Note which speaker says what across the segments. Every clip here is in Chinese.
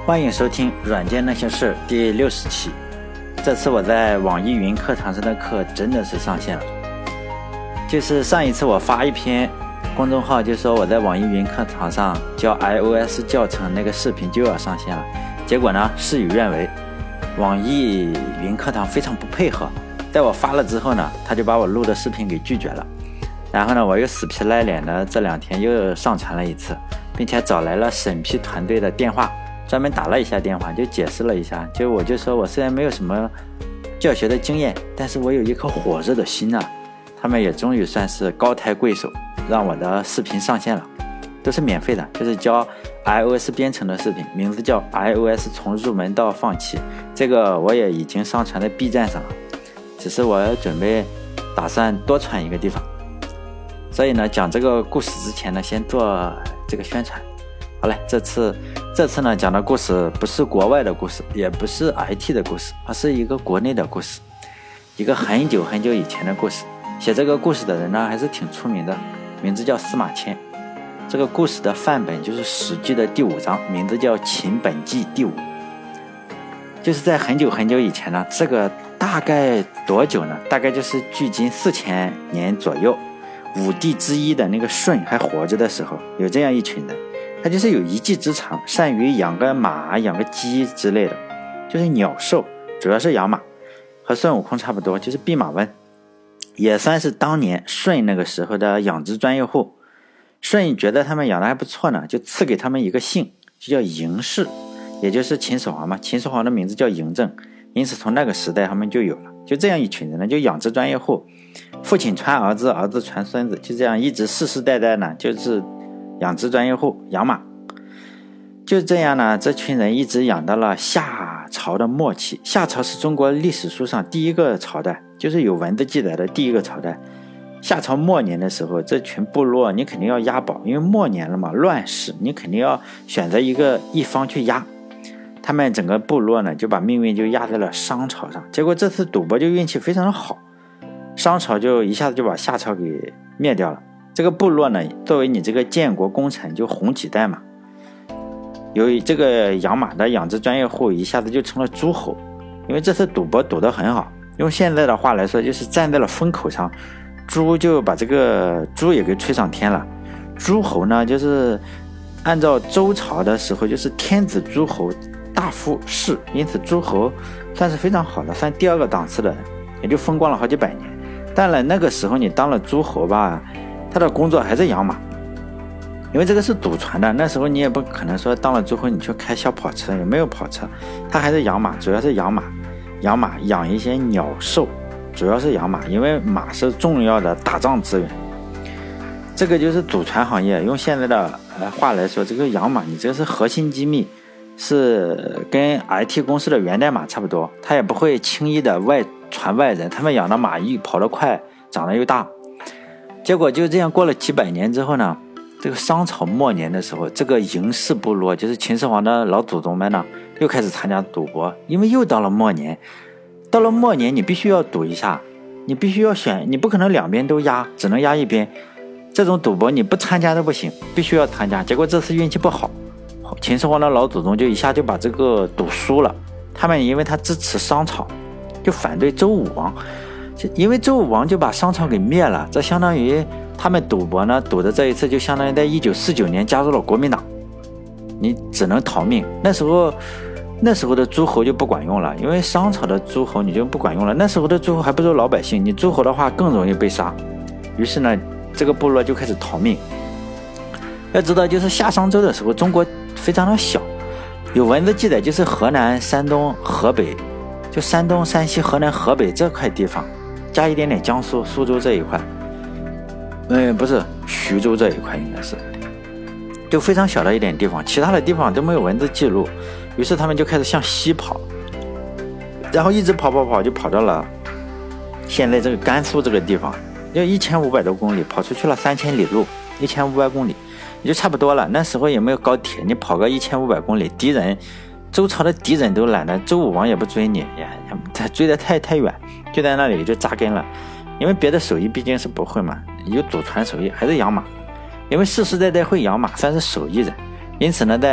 Speaker 1: 欢迎收听软件那些事第60期。这次我在网易云课堂上的课真的是上线了。就是上一次我发一篇公众号就说我在网易云课堂上教 iOS 教程那个视频就要上线了，结果呢事与愿违，网易云课堂非常不配合，在我发了之后呢，他就把我录的视频给拒绝了。然后呢，我又死皮赖脸的这2天又上传了一次，并且找来了审批团队的电话，专门打了一下电话，就解释了一下，我就说我虽然没有什么教学的经验，但是我有一颗火热的心啊。他们也终于算是高抬贵手，让我的视频上线了，都是免费的，就是教 iOS 编程的视频，名字叫 iOS 从入门到放弃。这个我也已经上传在 B 站上了，只是我准备打算多传一个地方。所以呢，讲这个故事之前呢，先做这个宣传。好嘞，这次呢讲的故事不是国外的故事，也不是 IT 的故事，而是一个国内的故事，一个很久很久以前的故事。写这个故事的人呢还是挺出名的，名字叫司马迁。这个故事的范本就是《史记》的第5章，名字叫《秦本纪第5》。就是在很久很久以前呢，这个大概多久呢？大概就是距今4000年左右。5帝之一的那个舜还活着的时候，有这样一群人，他就是有一技之长，善于养个马、养个鸡之类的，就是鸟兽，主要是养马，和孙悟空差不多，就是弼马温，也算是当年舜那个时候的养殖专业户。舜觉得他们养的还不错呢，就赐给他们一个姓，就叫嬴氏，也就是秦始皇嘛。秦始皇的名字叫嬴政，因此从那个时代他们就有了。就这样一群人呢，就养殖专业户，父亲传儿子，儿子传孙子，就这样一直世世代代呢，就是养殖专业户，养马。就这样呢，这群人一直养到了夏朝的末期。夏朝是中国历史书上第一个朝代，就是有文字记载的第一个朝代。夏朝末年的时候，这群部落你肯定要押宝，因为末年了嘛，乱世，你肯定要选择一方去押。他们整个部落呢，就把命运就压在了商朝上。结果这次赌博就运气非常的好，商朝就一下子就把夏朝给灭掉了。这个部落呢，作为你这个建国功臣，就红几代嘛。由于这个养马的养殖专业户一下子就成了诸侯，因为这次赌博赌得很好，用现在的话来说就是站在了风口上，猪就把这个猪也给吹上天了。诸侯呢，就是按照周朝的时候就是天子诸侯大夫士，因此诸侯算是非常好的，算第2个档次的人，也就风光了好几百年。当然那个时候你当了诸侯吧，他的工作还是养马，因为这个是祖传的，那时候你也不可能说当了诸侯你去开小跑车，也没有跑车，他还是养马，主要是养马，养一些鸟兽，主要是养马，因为马是重要的打仗资源。这个就是祖传行业，用现在的话来说，这个养马你这个是核心机密，是跟 IT 公司的源代码差不多，他也不会轻易的外传外人。他们养的马一跑得快，长得又大。结果就这样过了几百年之后呢，这个商朝末年的时候，这个嬴氏部落，就是秦始皇的老祖宗们呢，又开始参加赌博。因为又到了末年，你必须要赌一下，你必须要选，你不可能2边都压，只能压一边。这种赌博你不参加都不行，必须要参加。结果这次运气不好，秦始皇的老祖宗就一下就把这个赌输了。他们因为他支持商朝，就反对周武王，因为周武王就把商朝给灭了。这相当于他们赌博呢，赌的这一次就相当于在1949年加入了国民党，你只能逃命。那时候的诸侯就不管用了，因为商朝的诸侯你就不管用了。那时候的诸侯还不如老百姓，你诸侯的话更容易被杀。于是呢，这个部落就开始逃命。要知道，就是夏商周的时候，中国非常的小，有文字记载就是河南、山东、河北，就山东、山西、河南、河北这块地方，加一点点江苏、苏州这一块，不是徐州这一块，应该是就非常小的一点地方，其他的地方都没有文字记录。于是他们就开始向西跑，然后一直跑就跑到了现在这个甘肃这个地方，就1500多公里，跑出去了3000里路，1500公里也就差不多了。那时候也没有高铁，你跑个1500公里，周朝的敌人都懒得，周武王也不追你，他追得太远，就在那里就扎根了。因为别的手艺毕竟是不会嘛，有祖传手艺还是养马，因为世世代代会养马，算是手艺人。因此呢，在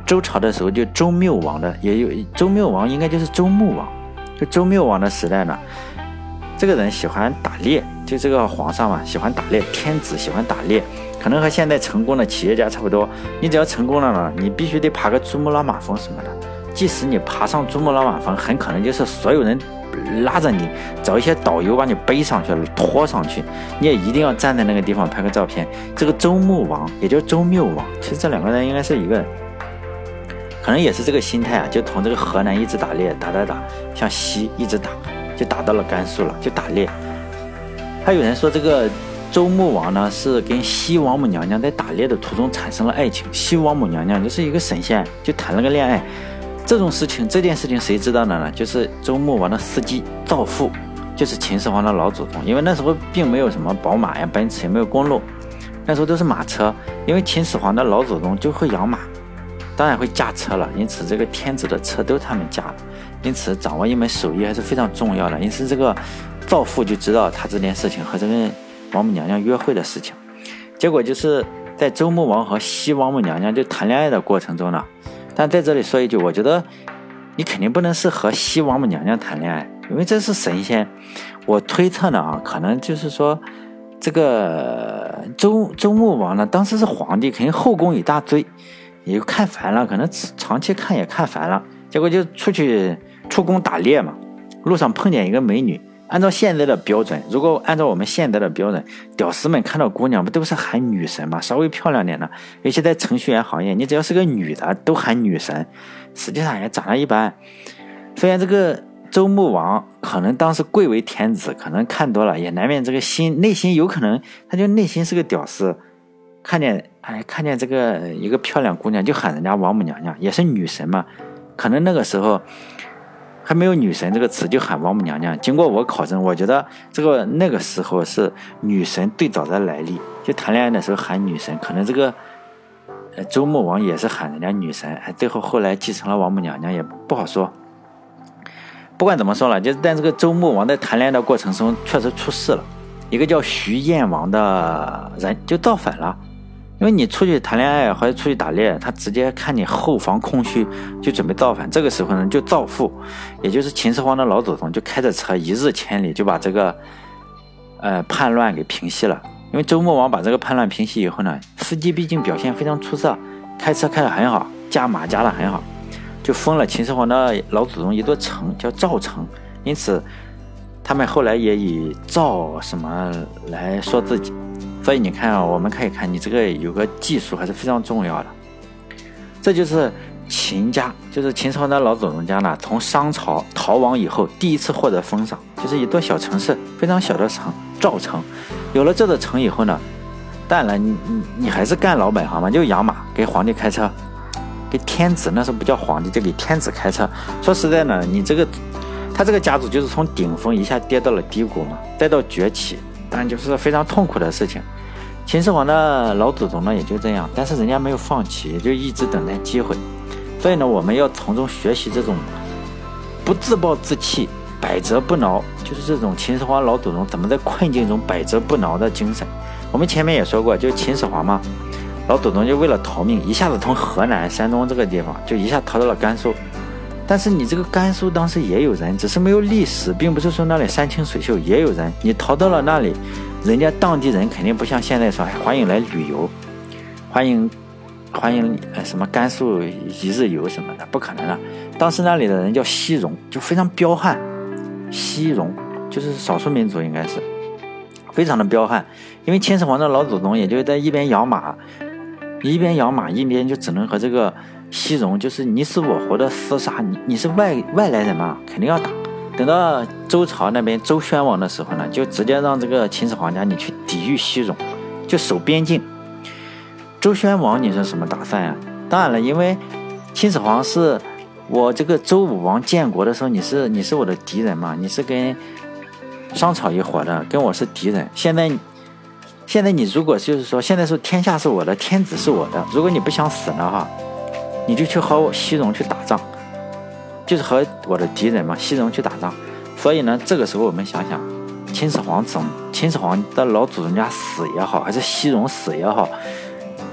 Speaker 1: 周朝的时候，就周缪王的，也有周缪王，应该就是周穆王。就周缪王的时代呢，这个人喜欢打猎，就这个皇上嘛，喜欢打猎，天子喜欢打猎，可能和现在成功的企业家差不多。你只要成功了呢，你必须得爬个珠穆朗玛峰什么的。即使你爬上珠穆朗玛峰，很可能就是所有人拉着你，找一些导游把你背上去拖上去，你也一定要站在那个地方拍个照片。这个周穆王也就是周缪王，其实这两个人应该是一个人，可能也是这个心态啊，就从这个河南一直打猎，打，向西一直打，就打到了甘肃了，就打猎。还有人说这个周穆王呢是跟西王母娘娘在打猎的途中产生了爱情，西王母娘娘就是一个神仙，就谈了个恋爱。这件事情谁知道的呢？就是周穆王的司机赵父，就是秦始皇的老祖宗。因为那时候并没有什么宝马呀、奔驰，也没有公路，那时候都是马车。因为秦始皇的老祖宗就会养马，当然会驾车了，因此这个天子的车都他们驾了，因此掌握一门手艺还是非常重要的。因此这个赵父就知道他这件事情和这个王母娘娘约会的事情。结果就是在周穆王和西王母娘娘就谈恋爱的过程中呢，但在这里说一句，我觉得你肯定不能是和西王母娘娘谈恋爱，因为这是神仙。我推测呢啊，可能就是说这个周穆王呢，当时是皇帝，肯定后宫一大堆，也看烦了，可能长期看也看烦了，结果就出宫打猎嘛，路上碰见一个美女。按照现在的标准，如果按照我们现在的标准，屌丝们看到姑娘不都是喊女神吗？稍微漂亮点的，尤其在程序员行业，你只要是个女的都喊女神，实际上也长得一般。虽然这个周穆王可能当时贵为天子，可能看多了，也难免这个内心有可能他就内心是个屌丝，看见这个一个漂亮姑娘就喊人家王母娘娘，也是女神嘛，可能那个时候还没有女神这个词，就喊王母娘娘。经过我考证，我觉得那个时候是女神最早的来历，就谈恋爱的时候喊女神，可能这个周穆王也是喊人家女神，最后来继承了王母娘娘，也不好说。不管怎么说了，就是但这个周穆王在谈恋爱的过程中确实出事了，一个叫徐燕王的人就造反了。因为你出去谈恋爱或者出去打猎，他直接看你后方空虚就准备造反。这个时候呢，就赵父，也就是秦始皇的老祖宗，就开着车一日千里就把这个叛乱给平息了。因为周穆王把这个叛乱平息以后呢，司机毕竟表现非常出色，开车开得很好，驾马驾得很好，就封了秦始皇的老祖宗一座城叫赵城。因此他们后来也以赵什么来说自己。所以你看啊，我们可以看你这个有个技术还是非常重要的。这就是秦家，就是秦始皇的老祖宗家呢，从商朝逃亡以后第一次获得封赏，就是一座小城市，非常小的城，赵城。有了这座城以后呢，当然了，你还是干老本行嘛，就养马，给皇帝开车，给天子，那时候不叫皇帝，就给天子开车。说实在呢，他这个家族就是从顶峰一下跌到了低谷嘛，再到崛起，当然就是非常痛苦的事情。秦始皇的老祖宗呢也就这样，但是人家没有放弃，也就一直等待机会。所以呢，我们要从中学习这种不自暴自弃、百折不挠，就是这种秦始皇老祖宗怎么在困境中百折不挠的精神。我们前面也说过，就秦始皇嘛，老祖宗就为了逃命，一下子从河南、山东这个地方就一下逃到了甘肃。但是你这个甘肃当时也有人，只是没有历史，并不是说那里山清水秀，也有人。你逃到了那里，人家当地人肯定不像现在说欢迎来旅游，欢迎什么甘肃一日游什么的，不可能的。当时那里的人叫西戎，就非常彪悍，西戎就是少数民族，应该是非常的彪悍。因为秦始皇的老祖宗也就在一边养马一边就只能和这个西戎就是你死我活的厮杀。你是外来人嘛，肯定要打。等到周朝那边周宣王的时候呢，就直接让这个秦始皇家你去抵御西戎，就守边境。周宣王你说什么打算呀？当然了，因为秦始皇是我这个周武王建国的时候，你是我的敌人嘛，你是跟商朝一伙的，跟我是敌人。现在你如果就是说现在说天下是我的，天子是我的，如果你不想死的话，你就去和西戎去打仗，就是和我的敌人嘛，西戎去打仗。所以呢，这个时候我们想想，秦始皇的老祖宗家死也好，还是西戎死也好，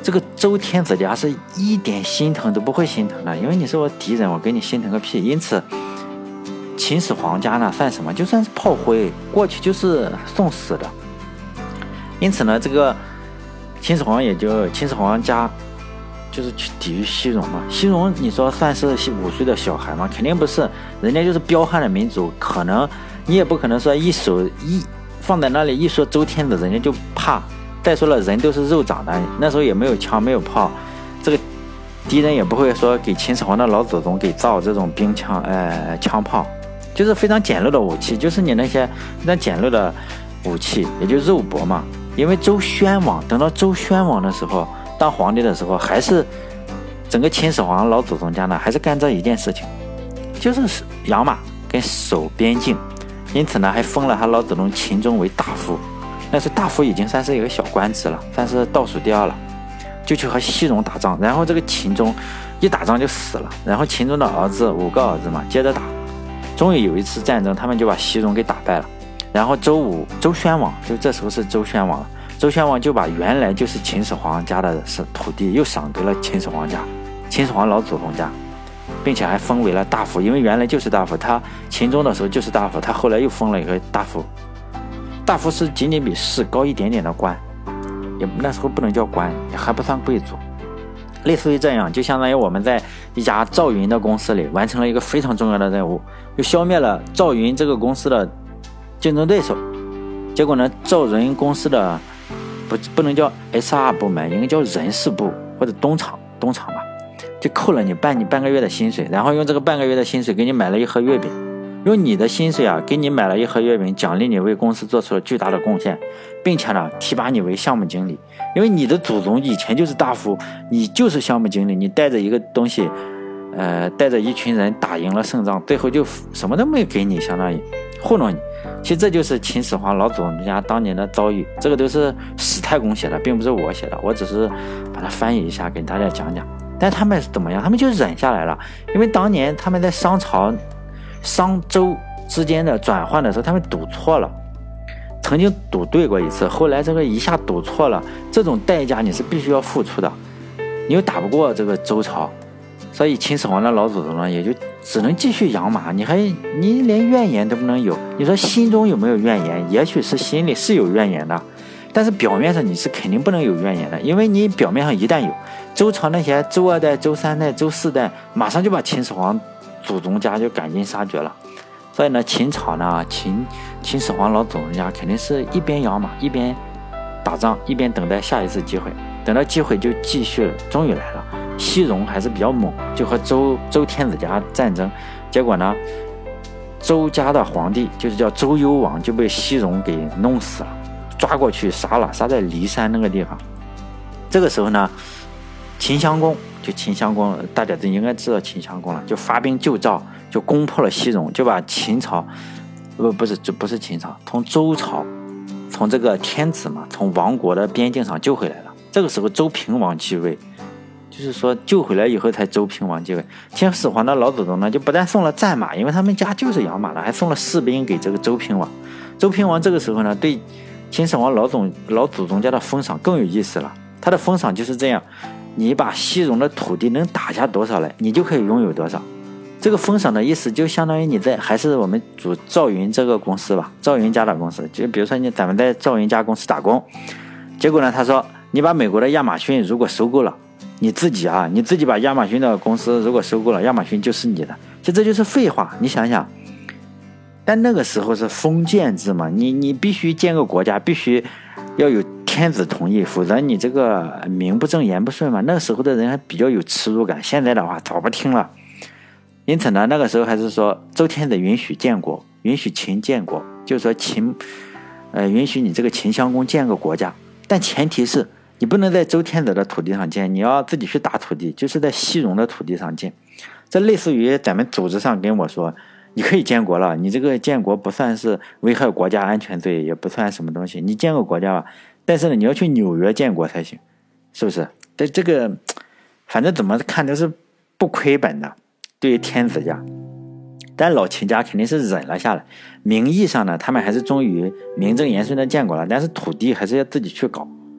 Speaker 1: 这个周天子家是一点心疼都不会心疼的，因为你是我敌人，我给你心疼个屁。因此秦始皇家呢算什么？就算是炮灰，过去就是送死的。因此呢，这个秦始皇家就是去抵御西戎嘛。西戎你说算是5岁的小孩吗？肯定不是，人家就是彪悍的民族，可能你也不可能说放在那里一说周天子人家就怕。再说了，人都是肉长的，那时候也没有枪没有炮，这个敌人也不会说给秦始皇的老祖宗给造这种兵枪枪炮，就是非常简陋的武器，就是你那些非常简陋的武器，也就肉搏嘛。因为等到周宣王的时候当皇帝的时候，还是整个秦始皇老祖宗家呢还是干这一件事情，就是养马跟守边境。因此呢还封了他老祖宗秦钟为大夫，那时大夫已经算是一个小官职了，算是倒数第2了，就去和西戎打仗。然后这个秦钟一打仗就死了，然后秦钟的儿子5个儿子嘛接着打，终于有一次战争他们就把西戎给打败了。然后周宣王，就这时候是周宣王了，周宣王就把原来就是秦始皇家的土地又赏给了秦始皇老祖宗家，并且还封为了大夫，因为原来就是大夫，他秦钟的时候就是大夫，他后来又封了一个大夫。大夫是仅仅比士高一点点的官，也那时候不能叫官，也还不算贵族。类似于这样，就相当于我们在一家赵云的公司里完成了一个非常重要的任务，就消灭了赵云这个公司的竞争对手。结果呢，赵云公司的不能叫 HR 部门，应该叫人事部或者东厂吧，就扣了你半个月的薪水，然后用这个半个月的薪水给你买了一盒月饼，用你的薪水给你买了一盒月饼，奖励你为公司做出了巨大的贡献，并且呢提拔你为项目经理。因为你的祖宗以前就是大夫，你就是项目经理，你带着一个东西带着一群人打赢了胜仗，最后就什么都没有给你，相当于糊弄你。其实这就是秦始皇老祖宗家当年的遭遇，这个都是史太公写的，并不是我写的，我只是把它翻译一下给大家讲讲。但他们是怎么样？他们就忍下来了，因为当年他们在商周之间的转换的时候，他们赌错了，曾经赌对过一次，后来这个一下赌错了，这种代价你是必须要付出的，你又打不过这个周朝，所以秦始皇的老祖宗呢也就只能继续养马，你连怨言都不能有。你说心中有没有怨言？也许是心里是有怨言的，但是表面上你是肯定不能有怨言的，因为你表面上一旦有，周朝那些周2代、周3代、周4代马上就把秦始皇祖宗家就赶尽杀绝了。所以呢，秦朝呢，秦始皇老祖宗家肯定是一边养马一边打仗，一边等待下一次机会，等到机会就继续了，终于来了。西戎还是比较猛，就和周天子家战争，结果呢，周家的皇帝就是叫周幽王就被西戎给弄死了，抓过去杀在骊山那个地方。这个时候呢，秦襄公大家都应该知道秦襄公了，就发兵救赵，就攻破了西戎，就把秦朝不是秦朝，从周朝从这个天子嘛，从亡国的边境上救回来了。这个时候周平王继位，就是说救回来以后才周平王继位。秦始皇的老祖宗呢，就不但送了战马，因为他们家就是养马的，还送了士兵给这个周平王。周平王这个时候呢，对秦始皇老祖宗家的封赏更有意思了。他的封赏就是这样，你把西戎的土地能打下多少来，你就可以拥有多少。这个封赏的意思就相当于你在还是我们主赵云这个公司吧，赵云家的公司，就比如说咱们在赵云家公司打工，结果呢他说你把美国的亚马逊如果收购了，你自己把亚马逊的公司如果收购了，亚马逊就是你的。其实这就是废话，你想想。但那个时候是封建制嘛，你必须建个国家，必须要有天子同意，否则你这个名不正言不顺嘛。那个时候的人还比较有耻辱感，现在的话早不听了。因此呢，那个时候还是说周天子允许建国，允许秦建国，就是说允许你这个秦襄公建个国家，但前提是你不能在周天子的土地上建，你要自己去打土地，就是在西戎的土地上建。这类似于咱们组织上跟我说你可以建国了，你这个建国不算是危害国家安全罪，也不算什么东西，你建个国家吧，但是呢你要去纽约建国才行，是不是？但这个反正怎么看都是不亏本的，对于天子家。但老秦家肯定是忍了下来，名义上呢他们还是终于名正言顺的建国了，但是土地还是要自己去搞，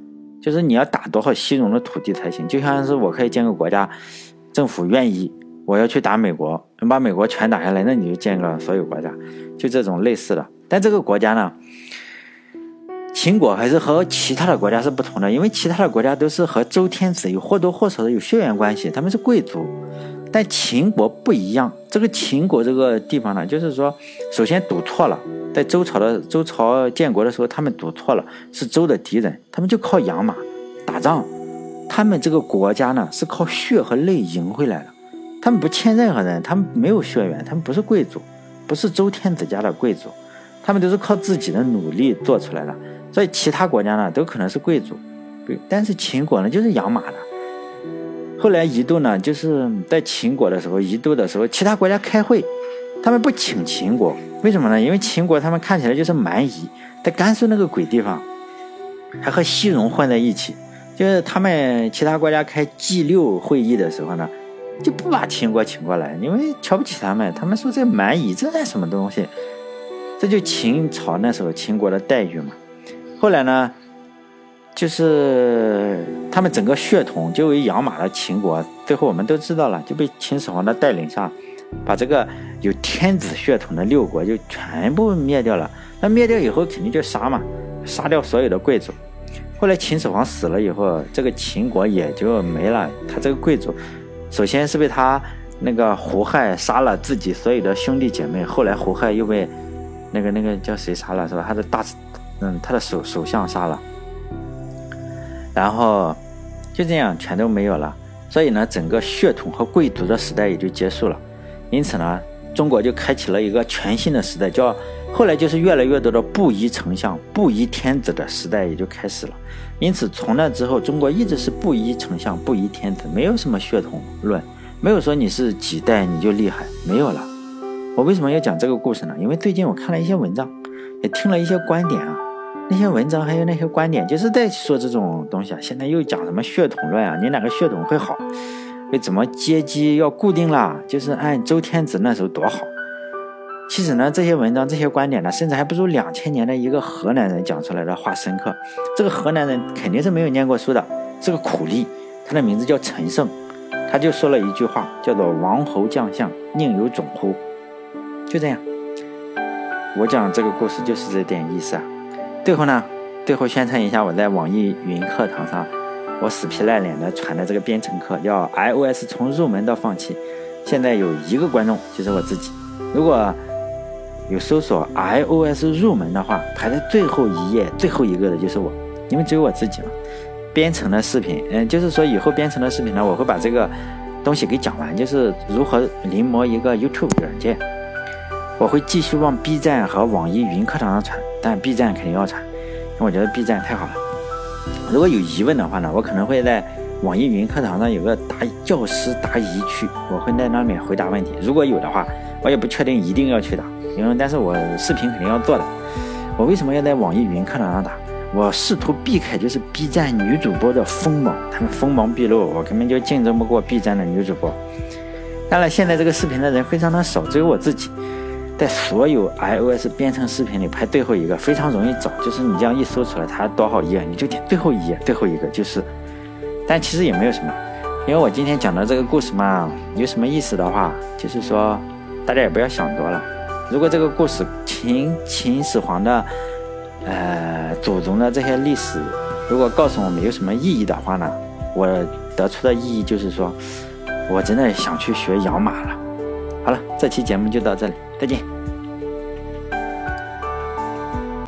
Speaker 1: 就是你要打多少西戎的土地才行。就像是我可以建个国家，政府愿意我要去打美国，把美国全打下来，那你就建个所有国家，就这种类似的。但这个国家呢，秦国还是和其他的国家是不同的，因为其他的国家都是和周天子有或多或少的有血缘关系，他们是贵族。但秦国不一样，这个秦国这个地方呢，就是说首先赌错了，在周朝建国的时候他们赌错了，是周的敌人，他们就靠养马打仗。他们这个国家呢是靠血和泪赢回来的，他们不欠任何人，他们没有血缘，他们不是贵族，不是周天子家的贵族，他们都是靠自己的努力做出来的。所以其他国家呢都可能是贵族，但是秦国呢就是养马的。后来一度呢，就是在秦国的时候，一度的时候其他国家开会，他们不请秦国，为什么呢？因为秦国他们看起来就是蛮夷，在甘肃那个鬼地方还和西戎混在一起，就是他们其他国家开G6会议的时候呢，就不把秦国请过来，因为瞧不起他们，他们说这蛮夷这是什么东西，这就秦朝那时候秦国的待遇嘛。后来呢，就是他们整个血统就为养马的秦国，最后我们都知道了，就被秦始皇的带领下，把这个有天子血统的6国就全部灭掉了。那灭掉以后肯定就杀嘛，杀掉所有的贵族。后来秦始皇死了以后，这个秦国也就没了。他这个贵族首先是被他那个胡亥杀了自己所有的兄弟姐妹，后来胡亥又被那个叫谁杀了是吧？他的首相杀了，然后就这样全都没有了。所以呢，整个血统和贵族的时代也就结束了。因此呢，中国就开启了一个全新的时代，后来就是越来越多的布衣丞相、布衣天子的时代也就开始了。因此从那之后，中国一直是布衣丞相、布衣天子，没有什么血统论，没有说你是几代你就厉害，没有了。我为什么要讲这个故事呢？因为最近我看了一些文章，也听了一些观点啊，那些文章还有那些观点就是在说这种东西啊。现在又讲什么血统论啊，你哪个血统会好，会怎么阶级要固定啦，就是按周天子那时候多好。其实呢，这些文章这些观点呢，甚至还不如2000年的一个河南人讲出来的话深刻。这个河南人肯定是没有念过书的，是个苦力，他的名字叫陈胜，他就说了一句话，叫做王侯将相宁有种乎。就这样，我讲这个故事就是这点意思啊。最后宣传一下我在网易云课堂上我死皮赖脸的传的这个编程课，叫 iOS 从入门到放弃。现在有1个观众，就是我自己。如果有搜索 iOS 入门的话，排在最后一页最后一个的就是我，因为只有我自己嘛。编程的视频就是说以后编程的视频呢，我会把这个东西给讲完，就是如何临摹一个 YouTube 软件。我会继续往 B 站和网易云课堂上传，但 B 站肯定要传，因为我觉得 B 站太好了。如果有疑问的话呢，我可能会在网易云课堂上有个教师答疑区，我会在那里面回答问题。如果有的话，我也不确定一定要去答，但是我视频肯定要做的。我为什么要在网易云课堂上答？我试图避开就是 B 站女主播的锋芒，他们锋芒毕露，我根本就竞争不过 B 站的女主播。当然现在这个视频的人非常的少，只有我自己在所有 iOS 编程视频里排最后一个，非常容易找，就是你这样一搜出来它多少页，你就点最后一页，最后一个就是。但其实也没有什么，因为我今天讲的这个故事嘛，有什么意思的话，就是说大家也不要想多了。如果这个故事秦始皇的祖宗的这些历史如果告诉我们有什么意义的话呢，我得出的意义就是说，我真的想去学养马了。好了，这期节目就到这里，再见。